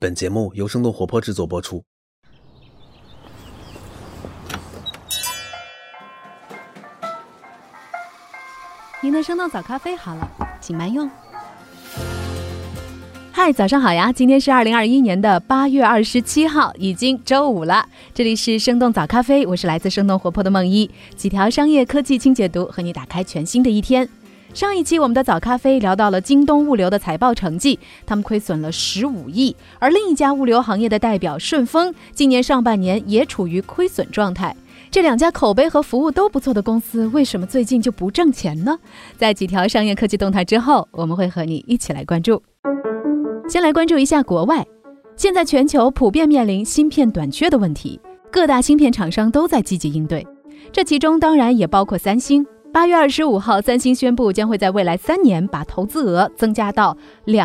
本节目由生动活泼制作播出。 您的生动早咖啡好了，请慢用。嗨，早上好呀！今天是2021年的8月27号，已经周五了。这里是生动早咖啡，我是来自生动活泼的梦一，几条商业科技轻解读，和你打开全新的一天。上一期我们的早咖啡聊到了京东物流的财报成绩，他们亏损了15亿，而另一家物流行业的代表顺丰，今年上半年也处于亏损状态。这两家口碑和服务都不错的公司，为什么最近就不挣钱呢？在几条商业科技动态之后，我们会和你一起来关注。先来关注一下国外，现在全球普遍面临芯片短缺的问题，各大芯片厂商都在积极应对，这其中当然也包括三星。8月25号，三星宣布将会在未来3年把投资额增加到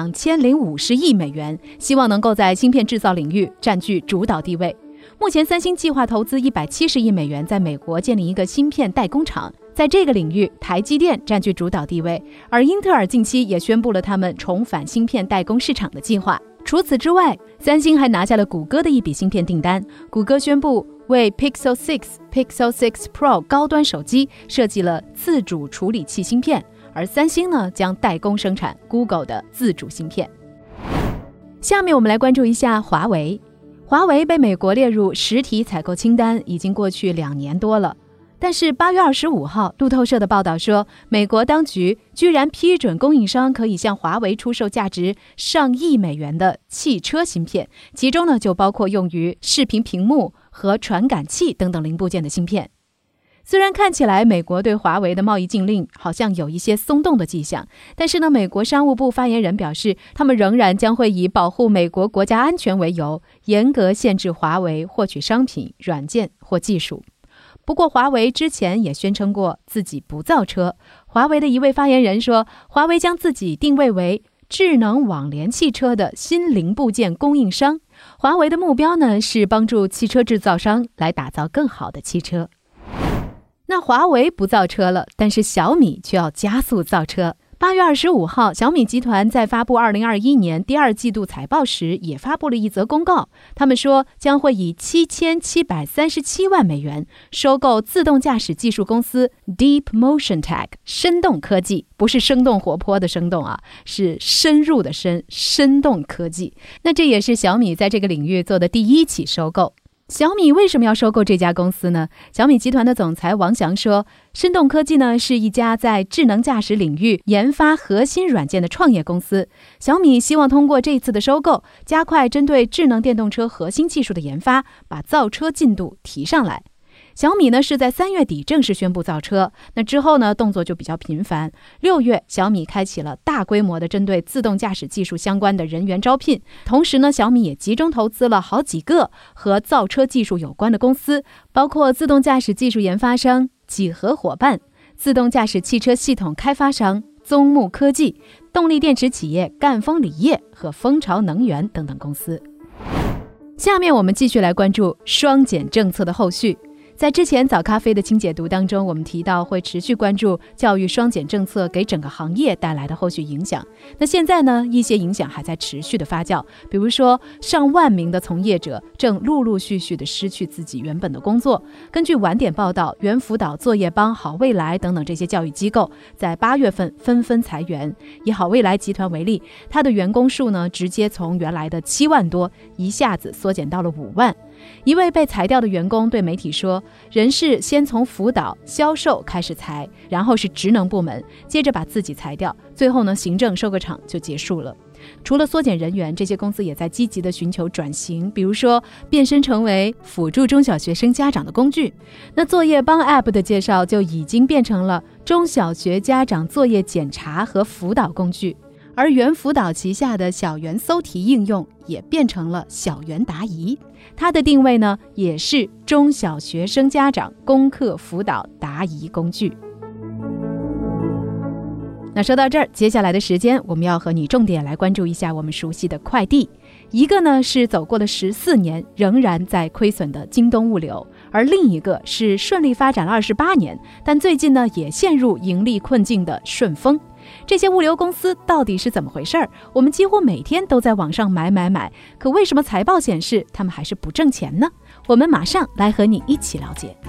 2050亿美元，希望能够在芯片制造领域占据主导地位。目前三星计划投资170亿美元在美国建立一个芯片代工厂，在这个领域台积电占据主导地位，而英特尔近期也宣布了他们重返芯片代工市场的计划。除此之外，三星还拿下了谷歌的一笔芯片订单，谷歌宣布为 Pixel 6、Pixel 6 Pro 高端手机设计了自主处理器芯片，而三星呢将代工生产 Google 的自主芯片。下面我们来关注一下华为。华为被美国列入实体采购清单已经过去2年多了，但是8月25号，路透社的报道说，美国当局居然批准供应商可以向华为出售价值上亿美元的汽车芯片，其中呢就包括用于视频屏幕和传感器等等零部件的芯片。虽然看起来美国对华为的贸易禁令好像有一些松动的迹象，但是呢，美国商务部发言人表示，他们仍然将会以保护美国国家安全为由，严格限制华为获取商品、软件或技术。不过华为之前也宣称过自己不造车。华为的一位发言人说，华为将自己定位为智能网联汽车的新零部件供应商。华为的目标呢，是帮助汽车制造商来打造更好的汽车。那华为不造车了，但是小米却要加速造车。8月25号，小米集团在发布2021年第2季度财报时，也发布了一则公告。他们说将会以7737万美元收购自动驾驶技术公司 Deep Motion Tech 深动科技，不是生动活泼的生动啊，是深入的深，深动科技。那这也是小米在这个领域做的第1起收购。小米为什么要收购这家公司呢？小米集团的总裁王翔说，深动科技呢是一家在智能驾驶领域研发核心软件的创业公司。小米希望通过这次的收购，加快针对智能电动车核心技术的研发，把造车进度提上来。小米呢是在3月底正式宣布造车，那之后呢动作就比较频繁。6月，小米开启了大规模的针对自动驾驶技术相关的人员招聘，同时呢，小米也集中投资了好几个和造车技术有关的公司，包括自动驾驶技术研发商几何伙伴、自动驾驶汽车系统开发商宗木科技、动力电池企业赣锋锂业和蜂巢能源等等公司。下面我们继续来关注双减政策的后续。在之前早咖啡的轻解读当中，我们提到会持续关注教育双减政策给整个行业带来的后续影响。那现在呢，一些影响还在持续的发酵，比如说上万名的从业者正陆陆续续的失去自己原本的工作。根据晚点报道，猿辅导、作业帮、好未来等等这些教育机构在8月份纷纷裁员。以好未来集团为例，它的员工数呢，直接从原来的7万多一下子缩减到了5万。一位被裁掉的员工对媒体说，人事先从辅导、销售开始裁，然后是职能部门，接着把自己裁掉，最后呢，行政收个场就结束了。除了缩减人员，这些公司也在积极的寻求转型，比如说变身成为辅助中小学生家长的工具。那作业帮 App 的介绍就已经变成了中小学家长作业检查和辅导工具。而猿辅导旗下的小猿搜题应用也变成了小猿答疑，它的定位呢，也是中小学生家长功课辅导答疑工具。那说到这儿，接下来的时间我们要和你重点来关注一下我们熟悉的快递。一个呢是走过了14年仍然在亏损的京东物流，而另一个是顺利发展了28年，但最近呢也陷入盈利困境的顺丰。 这些物流公司到底是怎么回事儿？我们几乎每天都在网上买，可为什么财报显示他们还是不挣钱呢？我们马上来和你一起了解。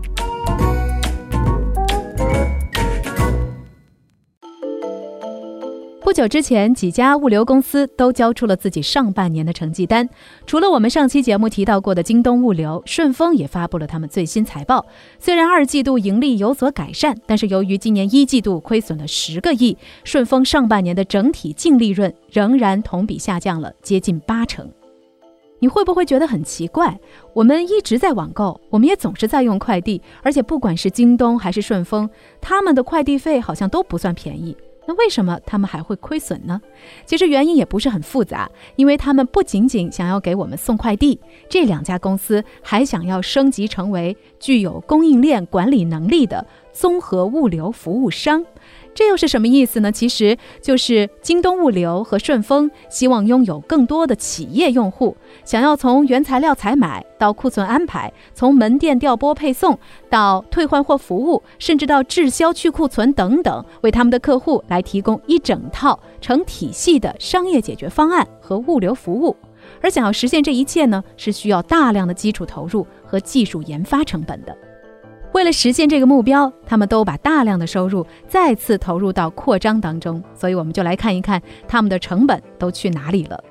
不久之前，几家物流公司都交出了自己上半年的成绩单。除了我们上期节目提到过的京东物流，顺丰也发布了他们最新财报。虽然2季度盈利有所改善，但是由于今年1季度亏损了10个亿，顺丰上半年的整体净利润仍然同比下降了接近80%。你会不会觉得很奇怪？我们一直在网购，我们也总是在用快递，而且不管是京东还是顺丰，他们的快递费好像都不算便宜。那为什么他们还会亏损呢？其实原因也不是很复杂，因为他们不仅仅想要给我们送快递，这2家公司还想要升级成为具有供应链管理能力的综合物流服务商。这又是什么意思呢？其实就是京东物流和顺丰希望拥有更多的企业用户，想要从原材料采买到库存安排，从门店调拨配送到退换货服务，甚至到滞销去库存等等，为他们的客户来提供一整套成体系的商业解决方案和物流服务。而想要实现这一切呢，是需要大量的基础投入和技术研发成本的。为了实现这个目标，他们都把大量的收入再次投入到扩张当中，所以我们就来看一看他们的成本都去哪里了。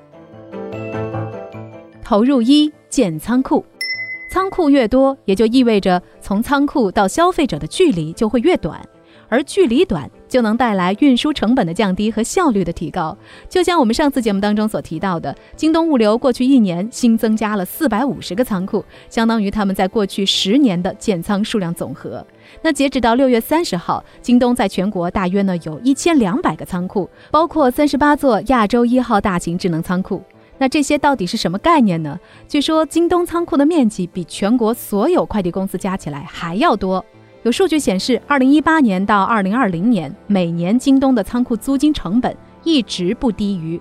投入1，建仓库。仓库越多，也就意味着从仓库到消费者的距离就会越短，而距离短就能带来运输成本的降低和效率的提高。就像我们上次节目当中所提到的，京东物流过去1年新增加了450个仓库，相当于他们在过去10年的建仓数量总和。那截止到6月30号，京东在全国大约有1200个仓库，包括38座亚洲1号大型智能仓库。那这些到底是什么概念呢？据说京东仓库的面积比全国所有快递公司加起来还要多。有数据显示，2018年到2020年，每年京东的仓库租金成本一直不低于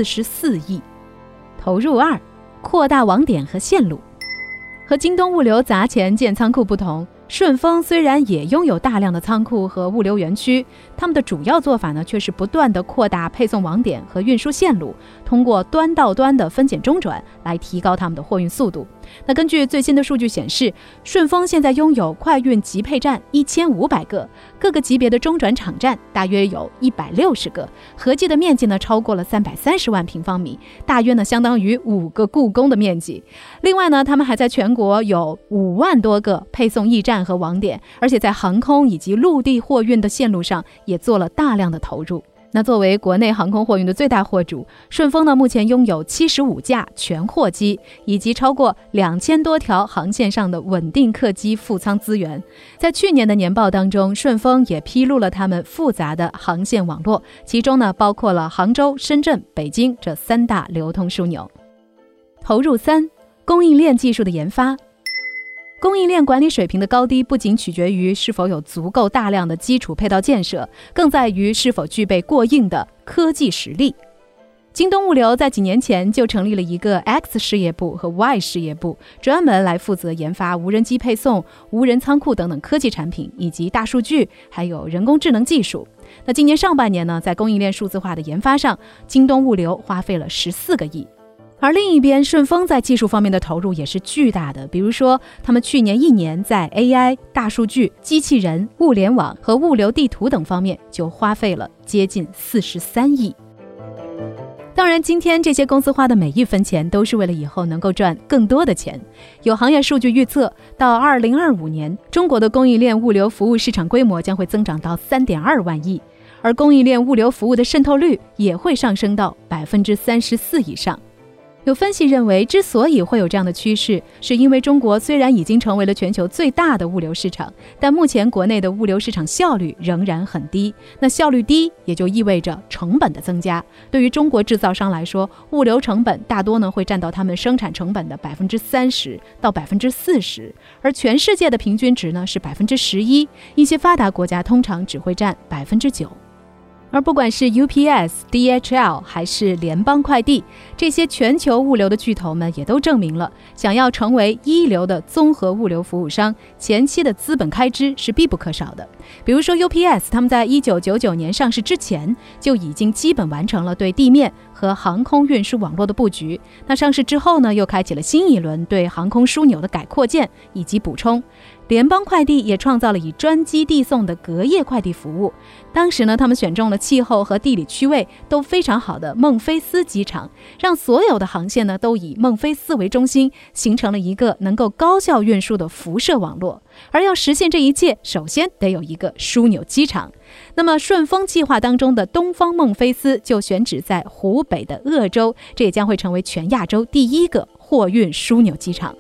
44亿。投入2，扩大网点和线路。和京东物流砸钱建仓库不同，顺丰虽然也拥有大量的仓库和物流园区，他们的主要做法呢，却是不断的扩大配送网点和运输线路，通过端到端的分拣中转来提高他们的货运速度。那根据最新的数据显示，顺丰现在拥有快运集配站1500个，各个级别的中转场站大约有160个，合计的面积呢超过了330万平方米，大约呢相当于5个故宫的面积。另外呢，他们还在全国有5万多个配送驿站和网点，而且在航空以及陆地货运的线路上也做了大量的投入。那作为国内航空货运的最大货主，顺丰呢目前拥有75架全货机，以及超过2000多条航线上的稳定客机副舱资源。在去年的年报当中，顺丰也披露了他们复杂的航线网络，其中呢包括了杭州、深圳、北京这3大流通枢纽。投入3，供应链技术的研发。供应链管理水平的高低不仅取决于是否有足够大量的基础配套建设，更在于是否具备过硬的科技实力。京东物流在几年前就成立了一个 X 事业部和 Y 事业部，专门来负责研发无人机配送、无人仓库等等科技产品，以及大数据还有人工智能技术。那今年上半年呢，在供应链数字化的研发上，京东物流花费了14个亿。而另一边，顺丰在技术方面的投入也是巨大的，比如说他们去年1年在 AI、大数据、机器人、物联网和物流地图等方面就花费了接近43亿。当然，今天这些公司花的每一分钱都是为了以后能够赚更多的钱。有行业数据预测，到2025年，中国的供应链物流服务市场规模将会增长到3.2万亿，而供应链物流服务的渗透率也会上升到34%以上。有分析认为，之所以会有这样的趋势，是因为中国虽然已经成为了全球最大的物流市场，但目前国内的物流市场效率仍然很低。那效率低，也就意味着成本的增加。对于中国制造商来说，物流成本大多呢会占到他们生产成本的30%到40%，而全世界的平均值呢是11%，一些发达国家通常只会占9%。 而不管是 UPS、DHL 还是联邦快递，这些全球物流的巨头们也都证明了，想要成为一流的综合物流服务商，前期的资本开支是必不可少的。比如说 UPS， 他们在1999年上市之前就已经基本完成了对地面和航空运输网络的布局。那上市之后呢，又开启了新一轮对航空枢纽的改扩建以及补充。联邦快递也创造了以专机递送的隔夜快递服务。当时呢，他们选中了气候和地理区位都非常好的孟菲斯机场，让所有的航线呢都以孟菲斯为中心，形成了一个能够高效运输的辐射网络。而要实现这一切，首先得有一个枢纽机场。那么顺丰计划当中的东方孟菲斯就选址在湖北的鄂州，这也将会成为全亚洲第一个货运枢纽机场。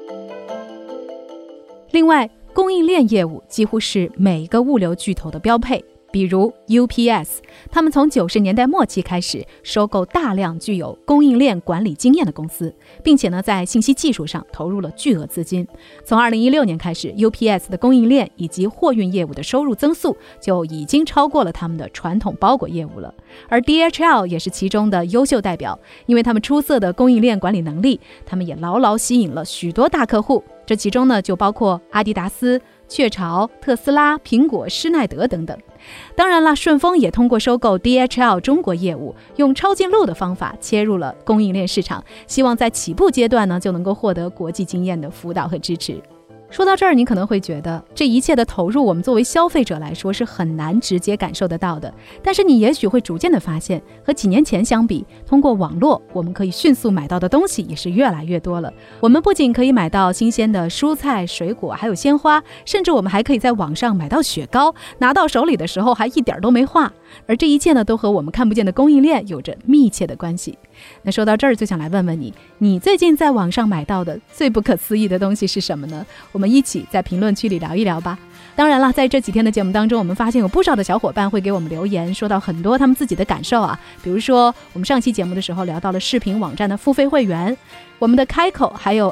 另外，供应链业务几乎是每个物流巨头的标配。比如 UPS， 他们从90年代末期开始收购大量具有供应链管理经验的公司，并且呢，在信息技术上投入了巨额资金。从2016年开始， UPS 的供应链以及货运业务的收入增速就已经超过了他们的传统包裹业务了。而 DHL 也是其中的优秀代表，因为他们出色的供应链管理能力，他们也牢牢吸引了许多大客户。这其中呢，就包括阿迪达斯、雀巢、特斯拉、苹果、施耐德等等。当然了，顺丰也通过收购 DHL 中国业务，用抄近路的方法切入了供应链市场，希望在起步阶段呢就能够获得国际经验的辅导和支持。说到这儿，你可能会觉得这一切的投入，我们作为消费者来说是很难直接感受得到的。但是你也许会逐渐的发现，和几年前相比，通过网络，我们可以迅速买到的东西也是越来越多了。我们不仅可以买到新鲜的蔬菜、水果，还有鲜花，甚至我们还可以在网上买到雪糕，拿到手里的时候还一点都没化。而这一切呢，都和我们看不见的供应链有着密切的关系。那说到这儿，就想来问问你，你最近在网上买到的最不可思议的东西是什么呢？我们一起在评论区里聊一聊吧。当然了，在这几天的节目当中，我们发现有不少的小伙伴会给我们留言，说到很多他们自己的感受啊。比如说我们上期节目的时候聊到了视频网站的付费会员，我们的开口还有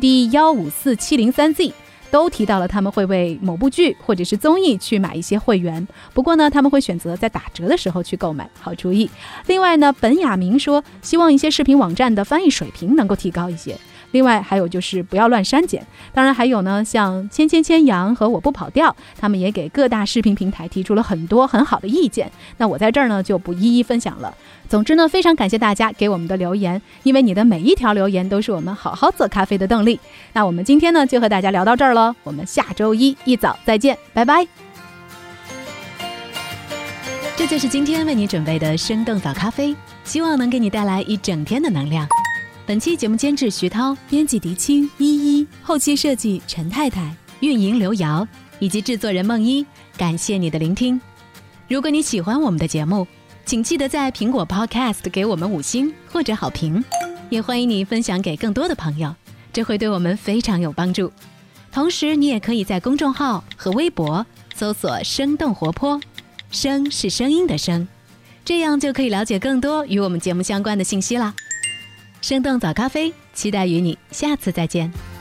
HD154703Z都提到了他们会为某部剧或者是综艺去买一些会员，不过呢，他们会选择在打折的时候去购买，好主意。另外呢，本雅明说希望一些视频网站的翻译水平能够提高一些。另外还有就是不要乱删减。当然还有呢，像千羊和我不跑调，他们也给各大视频平台提出了很多很好的意见，那我在这儿呢就不一一分享了。总之呢，非常感谢大家给我们的留言，因为你的每一条留言都是我们好好做咖啡的动力。那我们今天呢就和大家聊到这儿了，我们下周一一早再见，拜拜。这就是今天为你准备的生动早咖啡，希望能给你带来一整天的能量。本期节目监制徐涛，编辑狄青、依依，后期设计陈太太，运营刘瑶，以及制作人梦一。感谢你的聆听。如果你喜欢我们的节目，请记得在苹果 Podcast 给我们5星或者好评，也欢迎你分享给更多的朋友，这会对我们非常有帮助。同时你也可以在公众号和微博搜索生动活泼，声是声音的声，这样就可以了解更多与我们节目相关的信息啦。生动早咖啡，期待与你下次再见。